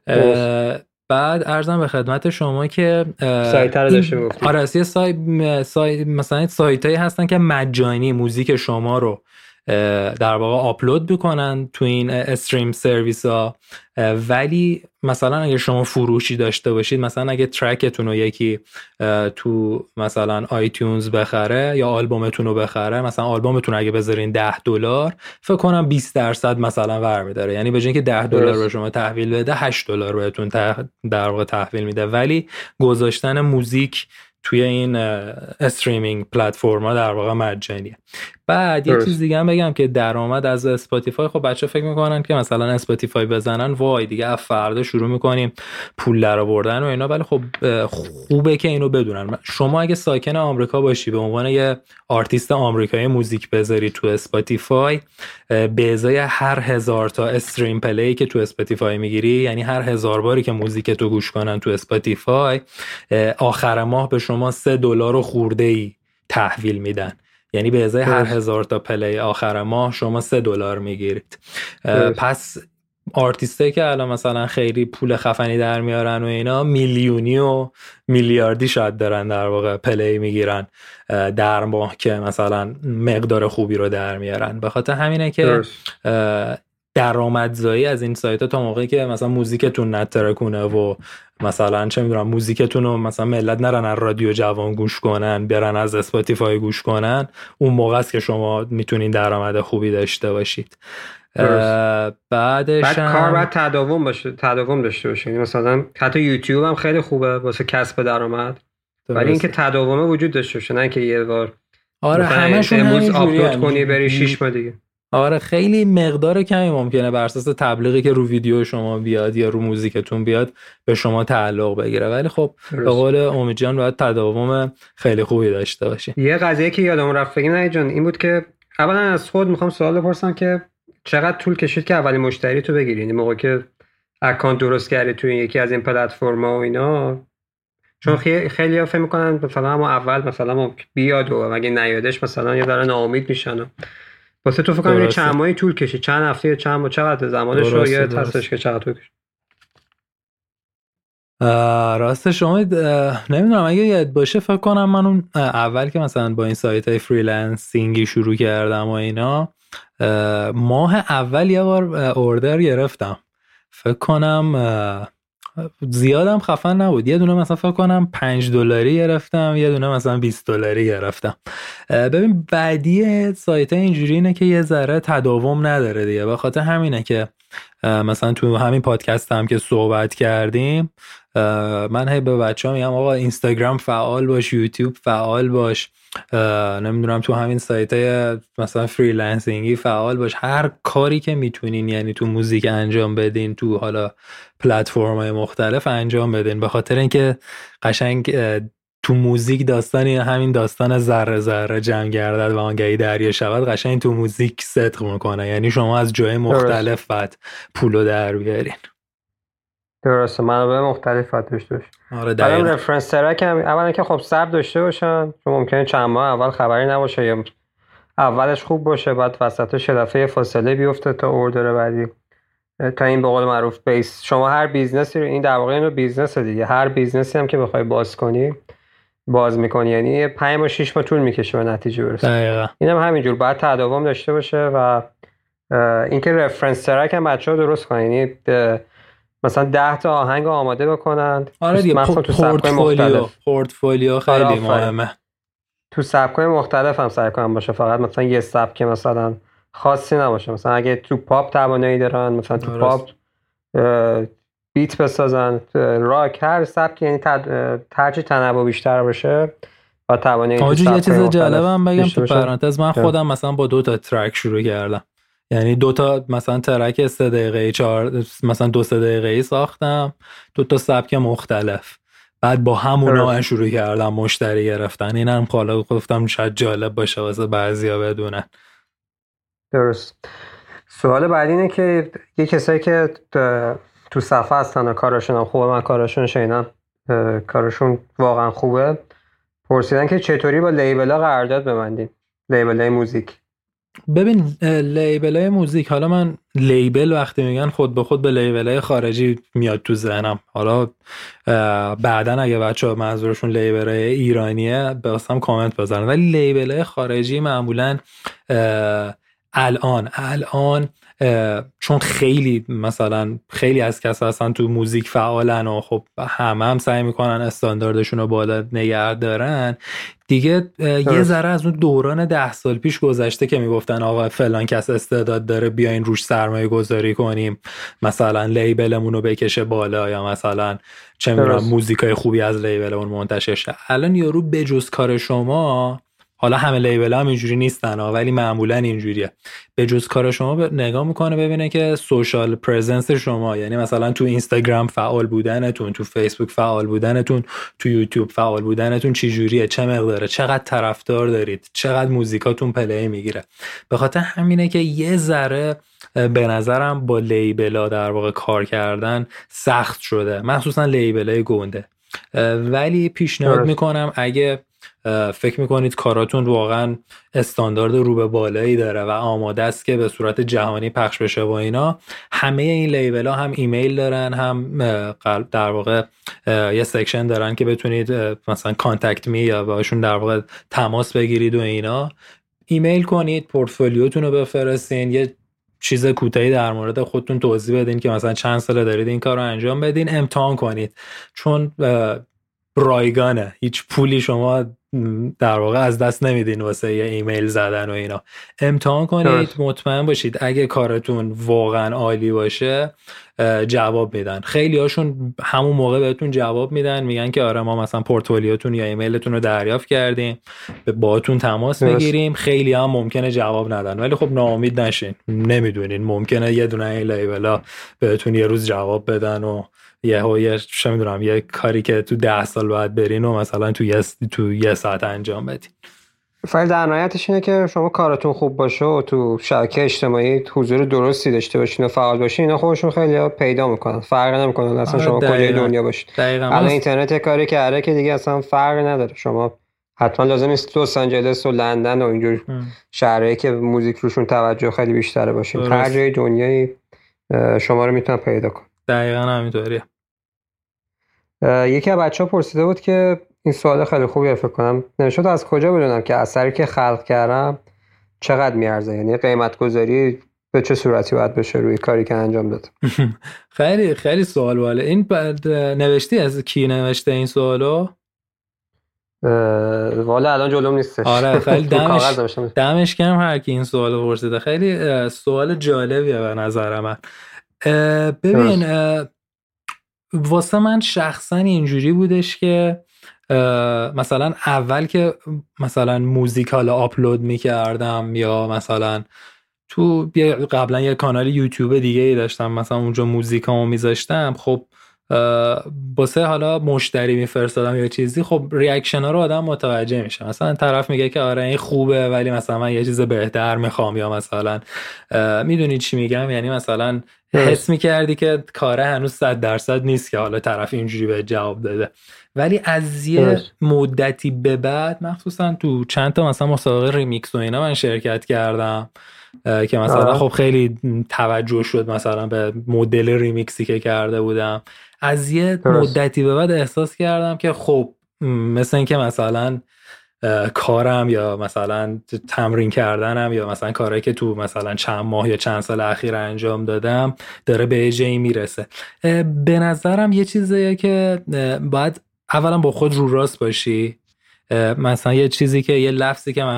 بعد عرضم به خدمت شما که سایت رو داشته گفتید. آره سایت مثلا سایتایی هستن که مجانی موزیک شما رو در واقع آپلود میکنن تو این استریم سرویس ها، ولی مثلا اگه شما فروشی داشته باشید، مثلا اگه ترکتون رو یکی تو مثلا آیتیونز بخره یا آلبومتون رو بخره، مثلا آلبومتون اگه بذارین $10 فکر کنم 20% مثلا برمی‌داره، یعنی به جای اینکه $10 رو شما تحویل بده $8 بهتون در واقع تحویل میده. ولی گذاشتن موزیک توی این استریمینگ پلتفرما در واقع مجانیه. بعد یه چیز دیگه هم بگم که درآمد از اسپاتیفای، خب بچه فکر میکنن که مثلا اسپاتیفای بزنن وای دیگه از فردا شروع میکنیم پول در آوردن و اینا، ولی خب خوبه که اینو بدونن. شما اگه ساکن آمریکا باشی به عنوان یه آرتیست آمریکایی موزیک بذاری تو اسپاتیفای، به ازای هر 1000 تا استریم پلی که تو اسپاتیفای میگیری، یعنی هر 1000 باری که موزیک تو گوش کنن تو اسپاتیفای، آخر ماه به شما $3 خورده‌ای تحویل میدن. یعنی به ازای هر 1000 تا پلی آخر ماه شما $3 میگیرید. پس آرتیستایی که الان مثلا خیلی پول خفنی در میارن و اینا، میلیونی و میلیاردی شاید دارن در واقع پلی میگیرن در ماه که مثلا مقدار خوبی رو در میارن. به خاطر همینه که درآمدزایی از این سایت ها تا موقعی که مثلا موزیکتون نترکونه و مثلا چه میدونم موزیکتون رو مثلا ملت نرن از رادیو جوان گوش کنن، برن از اسپاتیفای گوش کنن، اون موقع است که شما میتونین درآمد خوبی داشته باشید. بعد کار باید تداوم داشته باشه. مثلا حتی یوتیوب هم خیلی خوبه واسه کسب درآمد، ولی اینکه تداوم وجود داشته باشه، نه که یه بار همشون امروز آپلود کنی بری 6 ماه دیگه. خیلی مقدار کمی ممکنه بر اساس تبلیغی که رو ویدیو شما بیاد یا رو موزیکتون بیاد به شما تعلق بگیره، ولی خب به قول امید جان باید تداوم خیلی خوبی داشته باشه. یه قضیه که یادم رفت بگم نه جان، این بود که اولا از خود میخوام سوال بپرسم که چقدر طول کشید که اولین مشتری تو بگیری؟ یعنی موقعی که اکانت درست کردی تو یکی از این پلتفرم‌ها و اینا، چون خیلی‌ها فکر می‌کنن مثلا ما اول مثلا بیاد و مگه نیادش مثلا یا دارن ناامید میشن. واسه تو فکر کنم چند ماهی طول کشید، چند هفته یا چند ماه، چقدر زمانش رو یه تستش که چقدر طول کشید؟ راستش شما نمیدونم، اگه یاد باشه فکر کنم من اون اول که مثلا با این سایت‌های فریلنسینگی شروع کردم و اینا، ماه اول یه بار اوردر گرفتم، فکر کنم زیادم خفن نبود، یه دونه مثلا فکر کنم $5 گرفتم، یه دونه مثلا $20 گرفتم. ببین بعدی سایت اینجوری اینه که یه ذره تداوم نداره دیگه، به خاطر همینه که مثلا تو همین پادکست هم که صحبت کردیم، من هی به بچه‌ها میگم آقا اینستاگرام فعال باش، یوتیوب فعال باش، نمیدونم تو همین سایتای مثلا فریلنسینگی فعال باش، هر کاری که میتونین یعنی تو موزیک انجام بدین، تو حالا پلتفرم‌های مختلف انجام بدین، به خاطر اینکه قشنگ تو موزیک داستانی همین داستان ذره ذره جمع گردد و آنگهی دریا شود، قشنگ تو موزیک صدق میکنه، یعنی شما از جای مختلف بعد پولو در بیارین. درسته، منابع مختلف داشته باشه. آره دقیقاً. رفرنس ترک هم اولا که خب ثبت داشته باشن، چون ممکنه چند ماه اول خبری نباشه یا اولش خوب باشه بعد وسطش دفعه فاصله بیفته تا اوردر بعدی، تا این به قول معروف بیس. شما هر بیزنسی رو، این در واقع اینو بیزنس دیگه، هر بیزنسی هم که بخوای باز میکنی یعنی 5 ماه 6 ماه طول میکشه به نتیجه برسه. دقیقاً. اینم همینجور باید تداوم داشته باشه و اینکه رفرنس ترک هم بچه‌ها درست کنن، یعنی مثلا 10 تا آهنگ آماده بکنن. آره دیگه، پورتفولیو خیلی مهمه. تو سبک‌های مختلف هم سعی کنن باشه، فقط مثلا یه سبک مثلا خاصی نباشه. مثلا اگه تو پاپ توانایی دارن مثلا تو پاپ بیت بسازن، راک، هر سبک یعنی ترجیح تنوع بیشتر باشه و توانایی تو سبک. یه چیز جالبم بگم تو پرانتز، من خودم مثلا با 2 تا ترک شروع کردم، یعنی 2 تا مثلا ترک 3 دقیقه‌ای 4 مثلا 2-3 دقیقه‌ای ساختم، 2 تا سبک مختلف، بعد با همونا من شروع کردم مشتری گرفتن. اینم حالا گفتم شاید جالب باشه واسه بعضیا بدونن. درست. سوال بعدی اینه که یه کسایی که تو صفحه هستن و کارشون هم خوبه، من کارشون شنیدم کارشون واقعا خوبه، پرسیدن که چطوری با لیبل‌ها قرارداد ببندیم، لیبل‌های موزیک. ببین لیبل‌های موزیک، حالا من لیبل وقتی میگن خود به خود به لیبل‌های خارجی میاد تو ذهنم، حالا بعدن اگه بچه‌ها منظورشون لیبل‌های ایرانیه واسم کامنت بذارن، ولی لیبل‌های خارجی معمولاً الان چون خیلی مثلا خیلی از کسا هستن تو موزیک فعالن و خب هم سعی میکنن استانداردشون رو بالا نگه دارن دیگه. یه ذره از اون دوران 10 سال پیش گذشته که میگفتن آقا فلان کس استعداد داره بیاین روش سرمایه گذاری کنیم، مثلا لیبلمون رو بکشه بالا، یا مثلا چه میدونم موزیکای خوبی از لیبلمون منتشر شه. الان یارو بجز کار شما حالا همه لیبل هم اینجوری نیستن ولی معمولا اینجوریه. به جز کار شما نگاه میکنه ببینه که سوشال پرزنس شما، یعنی مثلا تو اینستاگرام فعال بودنتون، تو فیسبوک فعال بودنتون، تو یوتیوب فعال بودنتون چی جوریه، چه مقداره، چقدر طرفدار دارید، چقدر موزیکاتون پلی میگیره. به خاطر همینه که یه ذره به نظرم با لیبلا در واقع کار کردن سخت شده، مخصوصا لیبلای گنده. ولی پیشنهاد میکنم اگه فکر میکنید کاراتون واقعا استاندارد رو به بالایی داره و آماده است که به صورت جهانی پخش بشه و اینا، همه این لیبل ها هم ایمیل دارن، هم در واقع یه سکشن دارن که بتونید مثلا کانتکت می یا باشون در واقع تماس بگیرید و اینا. ایمیل کنید، پورتفولیوتون رو بفرستین، یه چیز کوتاهی در مورد خودتون توضیح بدین که مثلا چند سال دارید این کار رو انجام بدین، امتحان کنید، چون رایگانه، هیچ پولی شما در واقع از دست نمیدین واسه یه ایمیل زدن و اینا. امتحان کنید، مطمئن باشید اگه کارتون واقعا عالی باشه جواب میدن. خیلی هاشون همون موقع بهتون جواب میدن، میگن که آره ما مثلا پورتفولیوتون یا ایمیلتون رو دریافت کردیم، باهاتون تماس میگیریم. خیلی هم ممکنه جواب ندن، ولی خب ناامید نشین، نمیدونین، ممکنه یه دونه این لیبلا بهتون یه روز جواب بدن و یه چه میدونم یه کاری که تو 10 سال بعد برین و مثلا تو یه ساعت انجام بدین. فعلا در نهایتش اینه که شما کارتون خوب باشه و تو شبکه اجتماعی حضور درستی داشته باشین و فعال باشین، اینا خودشون خیلی پیدا میکنن، فرق نمیکنه اصلا شما کجای دنیا باشید. الان اینترنت کاری کرده که دیگه اصلا فرق نداره، شما حتما لازم نیست لس آنجلس و لندن و اینجور شهرهایی که موزیک روشون توجه خیلی بیشتره باشین، هر جای دنیایی شما رو میتونن پیدا کنن. دقیقاً همینطوریه. یکی از بچه‌ها پرسیده بود که این سوال خیلی خوبیه، فکر کنم نمیشه از کجا بدونم که اثری که خلق کردم چقدر میارزه، یعنی قیمت گذاری به چه صورتی باید بشه روی کاری که انجام دادم. خیلی خیلی سوال واله. این نوشتی از کی نوشته این سوالو؟ والا الان جلوم نیستش. آره خیلی دمش گرم هر کی این سوالو پرسیده، خیلی سوال جالبیه به نظر من. ببین واسه من شخصا اینجوری بودش که مثلا اول که مثلا موزیک حالا آپلود میکردم یا مثلا تو قبلا یه کانال یوتیوب دیگه ای داشتم، مثلا اونجا موزیکامو میذاشتم، خب واسه حالا مشتری میفرستادم یا چیزی، خب ریاکشن ها رو آدم متوجه میشه، مثلا طرف میگه که آره این خوبه ولی مثلا من یه چیز بهتر میخوام، یا مثلا میدونی چی میگم، یعنی مثلا حس میکردی که کاره هنوز 100% نیست که حالا طرف اینجوری به جواب داده. ولی از یه مدتی به بعد مخصوصا تو چند تا مثلا مسابقه ریمیکس و اینا من شرکت کردم که مثلا خب خیلی توجه شد مثلا به مدل ریمیکسی که کرده بودم. از یه مدتی به بعد احساس کردم که خب مثل این که مثلا کارم یا مثلا تمرین کردنم یا مثلا کاری که تو مثلا چند ماه یا چند سال اخیر انجام دادم داره به جایی میرسه. به نظرم یه چیزیه که باید اولا با خود رو راست باشی. مثلا یه چیزی که یه لفظی که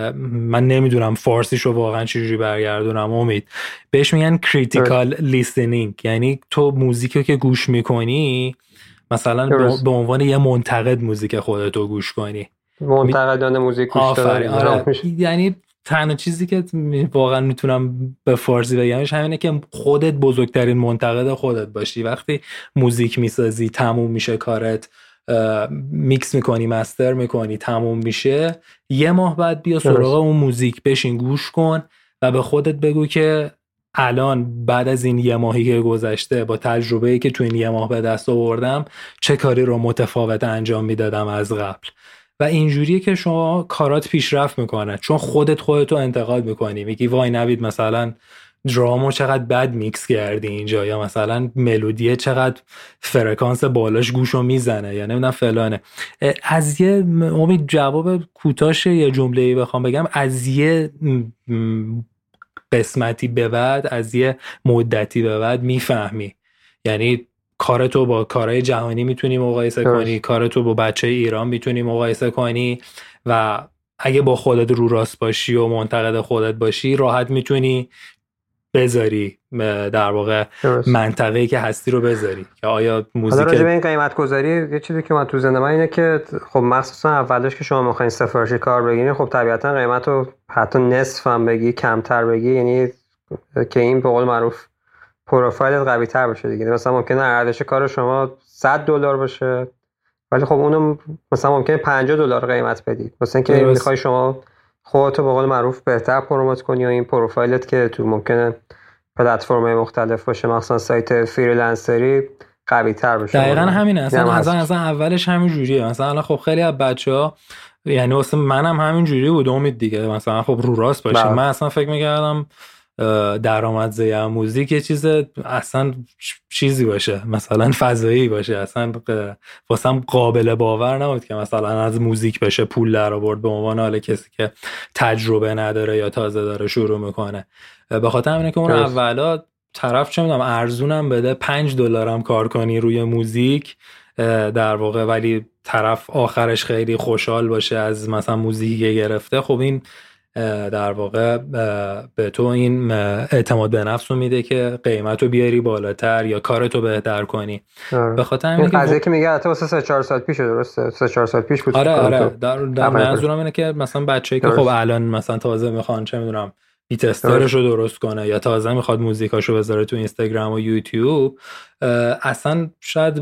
من نمیدونم فارسیشو واقعا چجوری برگردونم، امید بهش میگن کریتیکال لیسنینگ، یعنی تو موزیکو که گوش میکنی مثلا به عنوان یه منتقد موزیک خودتو گوش کنی، منتقدان موزیک گوش دادن. یعنی تنها چیزی که واقعا میتونم به فارسی بگمش همینه که خودت بزرگترین منتقد خودت باشی. وقتی موزیک میسازی، تموم میشه کارت، میکس میکنی، مستر میکنی، تموم میشه، یه ماه بعد بیا سراغ اون موزیک، بشین گوش کن و به خودت بگو که الان بعد از این یه ماهی که گذشته با تجربه‌ای که تو این یه ماه به دست آوردم چه کاری رو متفاوت انجام میدادم از قبل. و اینجوریه که شما کارات پیشرفت میکنه، چون خودتو انتقاد میکنی، میگی وای نوید مثلا درامو چقدر بد میکس کردی اینجا، یا مثلا ملودیه چقدر فرکانس بالاش گوشو میزنه، یا نمیدونم فلانه. از یه امید جواب کوتاش یه جمله‌ای بخوام بگم، از یه قسمتی به بعد، از یه مدتی به بعد میفهمی، یعنی کارتو با کارهای جهانی میتونی مقایسه کنی، کارتو با بچه ایران میتونی مقایسه کنی و اگه با خودت رو راست باشی و منتقد خودت باشی راحت میتونی بذاری، در واقع منطقه‌ای که هستی رو بذاری که آیا موزیک. حالا راجع به این قیمت گذاری یه چیزی که من تو ذهن من اینه که خب مخصوصا اولش که شما می‌خواید سفارشی کار بگیرین، خب طبیعتا قیمت رو حتی نصف هم بگی، کمتر بگی، یعنی که این به قول معروف پروفایلت قوی‌تر بشه دیگه. مثلا ممکنه ارزش کار شما $100 باشه ولی خب اونم مثلا ممکنه $50 قیمت بدی، مثلا که میخوای شما خودتو به قول معروف بهتر پروموت کنی و این پروفایلت که تو ممکنه پلتفرم‌های مختلف باشه، مثلا سایت فریلنسری، قوی‌تر بشه. دقیقاً همینه. اصلا اولش همین جوریه. مثلا الان خب خیلی از بچه‌ها، یعنی واسه منم همین جوری بود، امید دیگه مثلا خب رو راست باشه. من اصلا فکر می‌کردم درآمدزایی موزیک یه چیز اصلا چیزی باشه، مثلا فضایی باشه، اصلا واسم قابل باور نبود که مثلا از موزیک بشه پول در آورد به عنوان حال کسی که تجربه نداره یا تازه داره شروع میکنه. به خاطر همینه که اون اولا طرف چه میدونم ارزونم بده $5 هم کار کنی روی موزیک در واقع، ولی طرف آخرش خیلی خوشحال باشه از مثلا موزیکی که گرفته، خب این در واقع به تو این اعتماد به نفس رو میده که قیمت رو بیاری بالاتر یا کارتو بهتر کنی. به خاطر همین قضیه که میگه حتی واسه 3-4 سال پیش درسته، 3-4 سال پیش بود. آره در منظورم اینه که مثلا بچه‌ای که خب الان مثلا تازه میخوان چه میدونم بیت استارشو درست کنه یا تازه میخواد موزیکاشو بذاره تو اینستاگرام و یوتیوب، اصلا شاید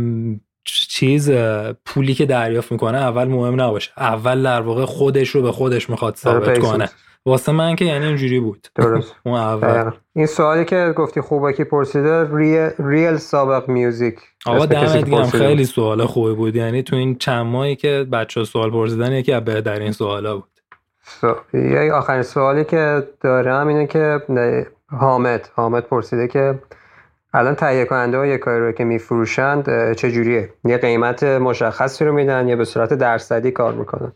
چیز پولی که دریافت میکنه اول مهم نباشه، اول در واقع خودش رو به خودش میخواد ثابت کنه. واسه من که یعنی اینجوری بود. درست. اون اول این سوالی که گفتی خوبه که پرسیده، ریل سابق میوزیک. آقا دمت گرم، خیلی سوال خوبی بود. یعنی تو این چند ماهی که بچه‌ها سوال پرسیدن یکی از بهترین سوالا بود. یه آخرین سوالی که دارم اینه که حامد پرسیده که الان تهیه کننده ها یک کاری رو که میفروشند چجوریه؟ یه قیمت مشخصی رو میدن یا به صورت درصدی کار میکنن؟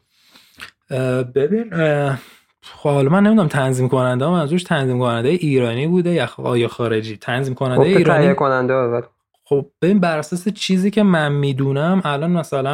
ببین حالا من نمیدونم تنظیم کننده ها منظورش تنظیم کننده ایرانی بوده یا خارجی. تنظیم کننده ایرانی تهیه کننده ها. خب ببین بر اساس چیزی که من میدونم الان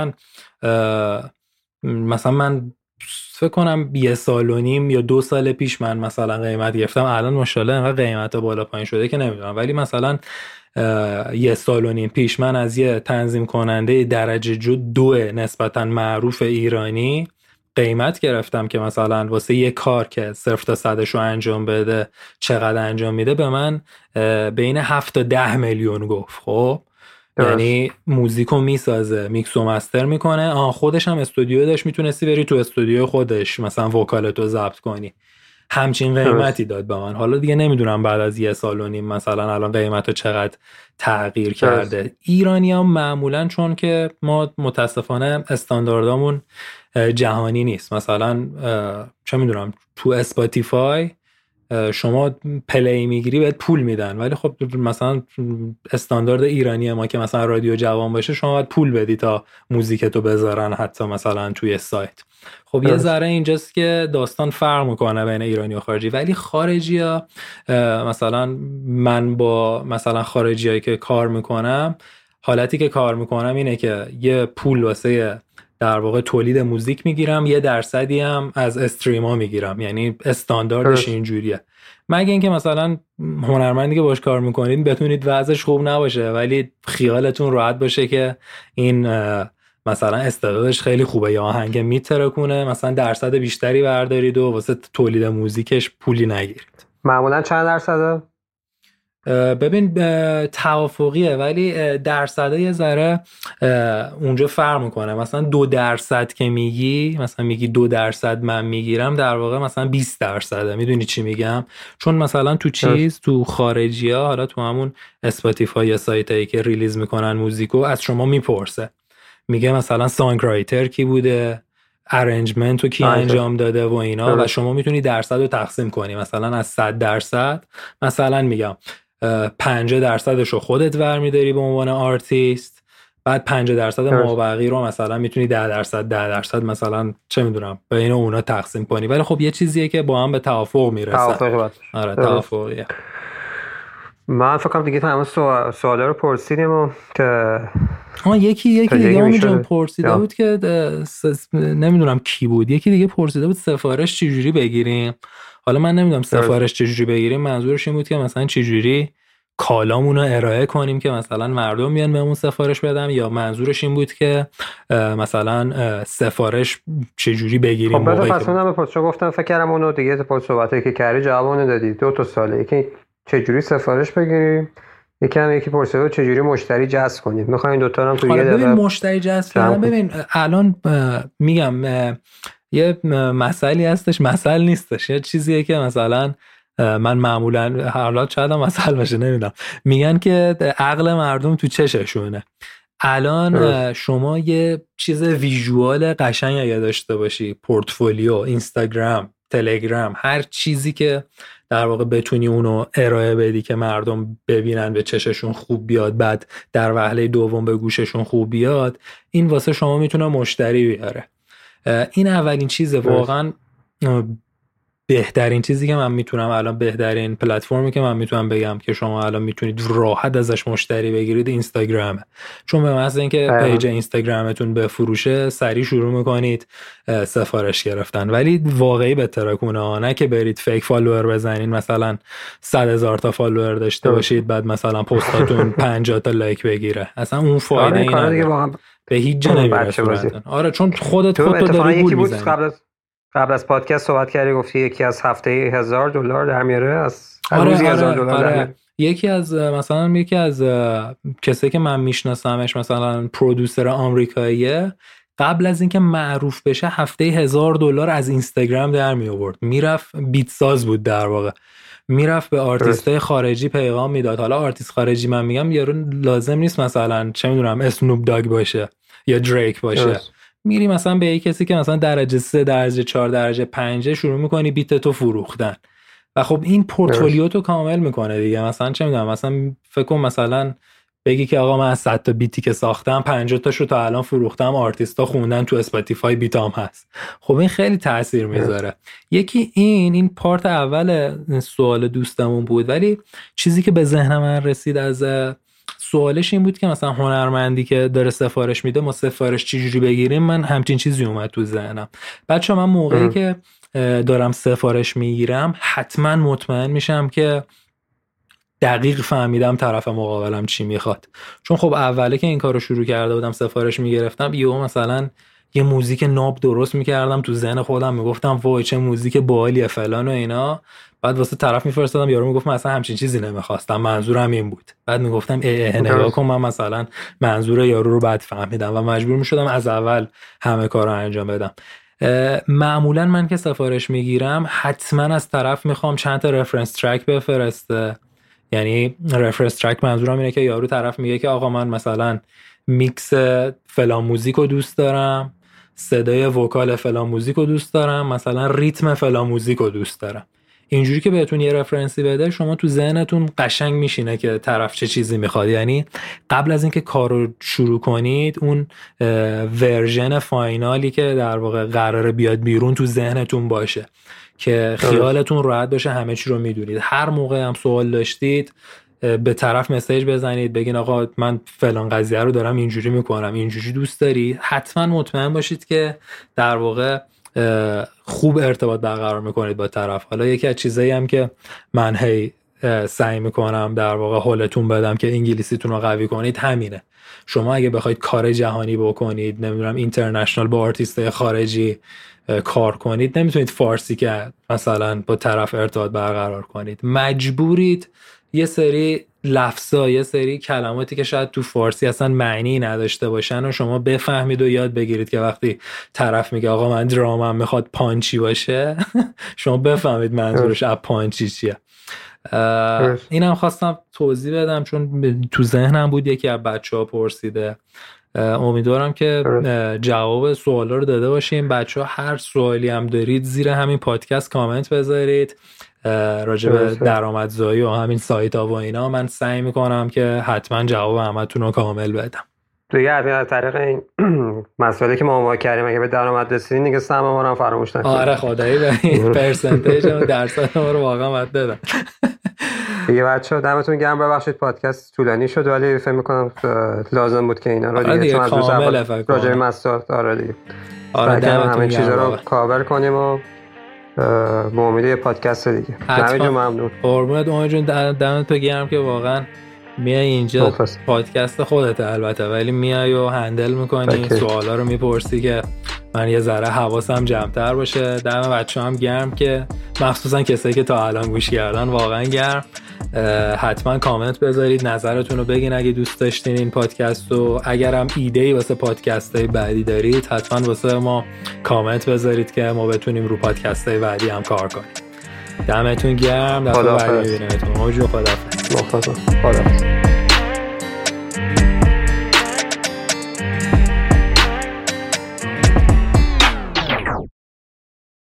مثلا من فکر کنم 1.5 سال یا 2 سال پیش من مثلا قیمت گرفتم، الان ماشاءالله انقدر قیمت بالا پایین شده که نمیدونم، ولی مثلا 1.5 سال پیش من از یه تنظیم کننده درجه 2 نسبتا معروف ایرانی قیمت گرفتم که مثلا واسه یه کار که صرف تا صدش رو انجام بده چقدر انجام میده، به من بین 7 تا 10 میلیون گفت. خب یعنی موزیکو میسازه، میکس و مستر میکنه، خودش هم استودیو داشت، میتونستی بری تو استودیو خودش مثلا وکالتو ضبط کنی، همچین قیمتی داد به من. حالا دیگه نمیدونم بعد از 1.5 سال مثلا الان قیمتو چقدر تغییر کرده. ایرانی هم معمولا چون که ما متاسفانه استانداردامون جهانی نیست، مثلا چه میدونم تو اسپاتیفای شما پلی میگیری بهت پول میدن، ولی خب مثلا استاندارد ایرانی ما که مثلا رادیو جوان باشه شما باید پول بدی تا موزیکتو بذارن حتی مثلا توی سایت. خب یه ذره اینجاست که داستان فرق میکنه بین ایرانی و خارجی. ولی خارجی‌ها مثلا من با مثلا خارجیایی که کار میکنم، حالتی که کار میکنم اینه که یه پول واسه در واقع تولید موزیک میگیرم، 1% هم از استریما میگیرم، یعنی استانداردش اینجوریه. مگه اینکه مثلا هنرمندی که باش کار میکنید بتونید وضعش خوب نباشه ولی خیالتون راحت باشه که این مثلا استعدادش خیلی خوبه یا آهنگ میترکونه، مثلا درصد بیشتری بردارید و واسه تولید موزیکش پولی نگیرید. معمولا چند درصده؟ ببین توافقیه، ولی درصده یه ذره اونجا فرق میکنه. مثلا 2% که میگی، مثلا میگی 2% من میگیرم، در واقع مثلا 20%. میدونی چی میگم؟ چون مثلا تو تو خارجی ها، حالا تو همون اسپاتیفای یا سایتایی که ریلیز میکنن موزیکو از شما میپرسه، میگه مثلا سانگ رایتر کی بوده، ارنجمنت رو کی انجام داده و اینا، و شما میتونی درصد رو تقسیم کنی. مثلا از 100% مثلا میگم 50% رو خودت برمیداری به عنوان آرتیست، بعد 50% مابقی رو مثلا میتونی 10% مثلا چه میدونم بین اونا تقسیم کنی. ولی خب یه چیزیه که با هم به توافق میرسن. آره توافقیه. من فکرم دیگه تمام سوالا رو پرسیدیم و که یکی دیگه همینجا پرسیده بود که نمیدونم کی بود، یکی دیگه پرسیده بود سفارش چجوری بگیریم. حالا من نمیدونم سفارش چجوری بگیریم، منظورش این بود که مثلا چجوری کالامون رو ارائه کنیم که مثلا مردم بیان بهمون سفارش بدن، یا منظورش این بود که مثلا سفارش چجوری بگیریم. خب بعد پس اونم بپرس، چون گفتم فکر کردم اونو دیگه پس صحبتایی که کردی جوابونو دادی. 2 ساله، یکی چجوری سفارش بگیریم، یکی پرسید چجوری مشتری جذب کنیم. میخوایم این دوتا رو تو یه دقیقه مشتری جذب کنیم. ببین الان میگم یه مسئله هستش، مسئله نیستش، یه چیزیه که مثلا من معمولا حالات شاید هم مسئله باشه نمیدونم، میگن که عقل مردم تو چششونه. الان شما یه چیز ویژوال قشنگ اگه داشته باشی، پورتفولیو، اینستاگرام، تلگرام، هر چیزی که در واقع بتونی اونو ارائه بدی که مردم ببینن، به چششون خوب بیاد، بعد در وهله دوم به گوششون خوب بیاد، این واسه شما میتونه مشتری بیاره. این اولین چیزه. واقعا بهترین چیزی که من میتونم الان، بهترین پلتفرمی که من میتونم بگم که شما الان میتونید راحت ازش مشتری بگیرید، اینستاگرامه. چون به محض اینکه پیج اینستاگرامتون بفروشه، سریع شروع میکنید سفارش گرفتن. ولی واقعی بترکونه، نه که برید فیک فالوور بزنین، مثلا 100,000 تا فالوور داشته باشید بعد مثلا پستاتون 50 تا لایک بگیره. اصلا اون فایده ای نداره، به هیچ جا نمیرسه. آره چون خودت داری گول میزنی. قبل از پادکست صحبت کردی، گفتی یکی از هفته $1,000 در میاره، از روزی $1,000 یکی از کسی که من میشناسمش، مثلا پرودوسر آمریکاییه، قبل از اینکه معروف بشه هفته $1,000 از اینستاگرام در می آورد. میرفت بیت ساز بود در واقع، میرفت به آرتیستای خارجی پیغام میداد. حالا آرتیست خارجی من میگم یارو لازم نیست مثلا چه میدونم اسنوپ داگ باشه یا دریک باشه. میری مثلا به یک کسی که مثلا درجه 3 درجه 4 درجه 5 شروع میکنی بیت تو فروختن، و خب این پورتفولیو تو کامل میکنه دیگه. مثلا چه میدونم، مثلا فکر کن مثلا بگی که آقا من از 100 تا بیتی که ساختم 50 تاشو تا الان فروختم، آرتیستا خوندن، تو اسپاتیفای بیتام هست. خب این خیلی تاثیر میذاره. یکی این پارت اول سوال دوستمون بود. ولی چیزی که به ذهن من رسید از سوالش این بود که مثلا هنرمندی که داره سفارش میده، ما سفارش چجوری بگیریم. من همچین چیزی اومد تو ذهنم. بچه من موقعی که دارم سفارش میگیرم حتما مطمئن میشم که دقیق فهمیدم طرف مقابلم چی میخواد. چون خب اوله که این کارو شروع کرده بودم سفارش میگرفتم، مثلا یه موزیک ناب درست میکردم تو ذهن خودم، میگفتم وای چه موزیک باحالیه فلان و اینا. بعد واسه طرف میفرستادم، یارو میگفت من اصلا همچین چیزی نمیخواستم، منظورم این بود. بعد میگفتم نگاه کن من مثلا منظور یارو رو بعد فهمیدم و مجبور میشدم از اول همه کارو انجام بدم. معمولا من که سفارش میگیرم حتما از طرف میخوام چند تا رفرنس ترک بفرسته. یعنی رفرنس ترک منظورم اینه که یارو طرف میگه که آقا من مثلا میکس فلان موزیکو دوست دارم، صدای وکال فلان موزیکو دوست دارم، مثلا ریتم فلان موزیکو دوست دارم. اینجوری که بهتون یه رفرنسی بده، شما تو ذهنتون قشنگ میشینه که طرف چه چیزی میخواد. یعنی قبل از اینکه کارو شروع کنید، اون ورژن فاینالی که در واقع قراره بیاد بیرون تو ذهنتون باشه که خیالتون راحت باشه، همه چی رو میدونید. هر موقع هم سوال داشتید به طرف مسیج بزنید، بگین آقا من فلان قضیه رو دارم اینجوری میکنم، اینجوری دوست داری. حتما مطمئن باشید که در واقع خوب ارتباط برقرار میکنید با طرف. حالا یکی از چیزایی هم که من سعی میکنم در واقع حالتون بدم که انگلیسیتون رو قوی کنید همینه. شما اگه بخواید کار جهانی بکنید، نمیدونم اینترنشنال با آرتیستای خارجی کار کنید، نمیتونید فارسی که مثلا با طرف ارتباط برقرار کنید. مجبورید یه سری لفظا، یه سری کلماتی که شاید تو فارسی اصلا معنی نداشته باشن و شما بفهمید و یاد بگیرید که وقتی طرف میگه آقا من درامم میخواد پانچی باشه شما بفهمید منظورش از پانچی چیه. اینم خواستم توضیح بدم چون تو ذهنم بود، یکی از بچه‌ها پرسیده. امیدوارم که جواب سوالا رو داده باشیم. بچه‌ها هر سوالی هم دارید زیر همین پادکست کامنت بذارید راجع به درآمدزایی و همین سایت ها و اینا. من سعی میکنم که حتما جواب همتون رو کامل بدم. دیگه از طریق این مسئله که ما کردیم اگه به درآمد رسیدین دیگه سهم ما رو هم فراموش نکنید. آره خدایی به این پرسنتیج و درصد ما رو واقعا باید بدن. دیگه بچه‌ها دمتون گرم. ببخشید پادکست طولانی شد ولی فکر می‌کنم لازم بود که اینا رو دیگه چون از راجع به مسائل دیگه آره همه چیزا رو کاور کنیم و با امید یه پادکست دیگه. نوید جون ممنون. قربونت امید جون، دمت تو گرم که واقعا میای اینجا پادکست خودته البته، ولی میای و هندل میکنی، سوالا رو میپرسی که من یه ذره حواسم جمع‌تر باشه. دم بچه‌ها هم گرم که مخصوصا کسایی که تا الان گوش کردن واقعا گرم. حتما کامنت بذارید، نظرتون رو بگین اگه دوست داشتین این پادکست رو. اگرم ایده‌ای واسه پادکست‌های بعدی دارید حتما واسه ما کامنت بذارید که ما بتونیم رو پادکست‌های بعدی هم کار کنیم. دمتون گرم. دفعه بعدی می‌بینیمتون. خداحافظ. خداحافظ.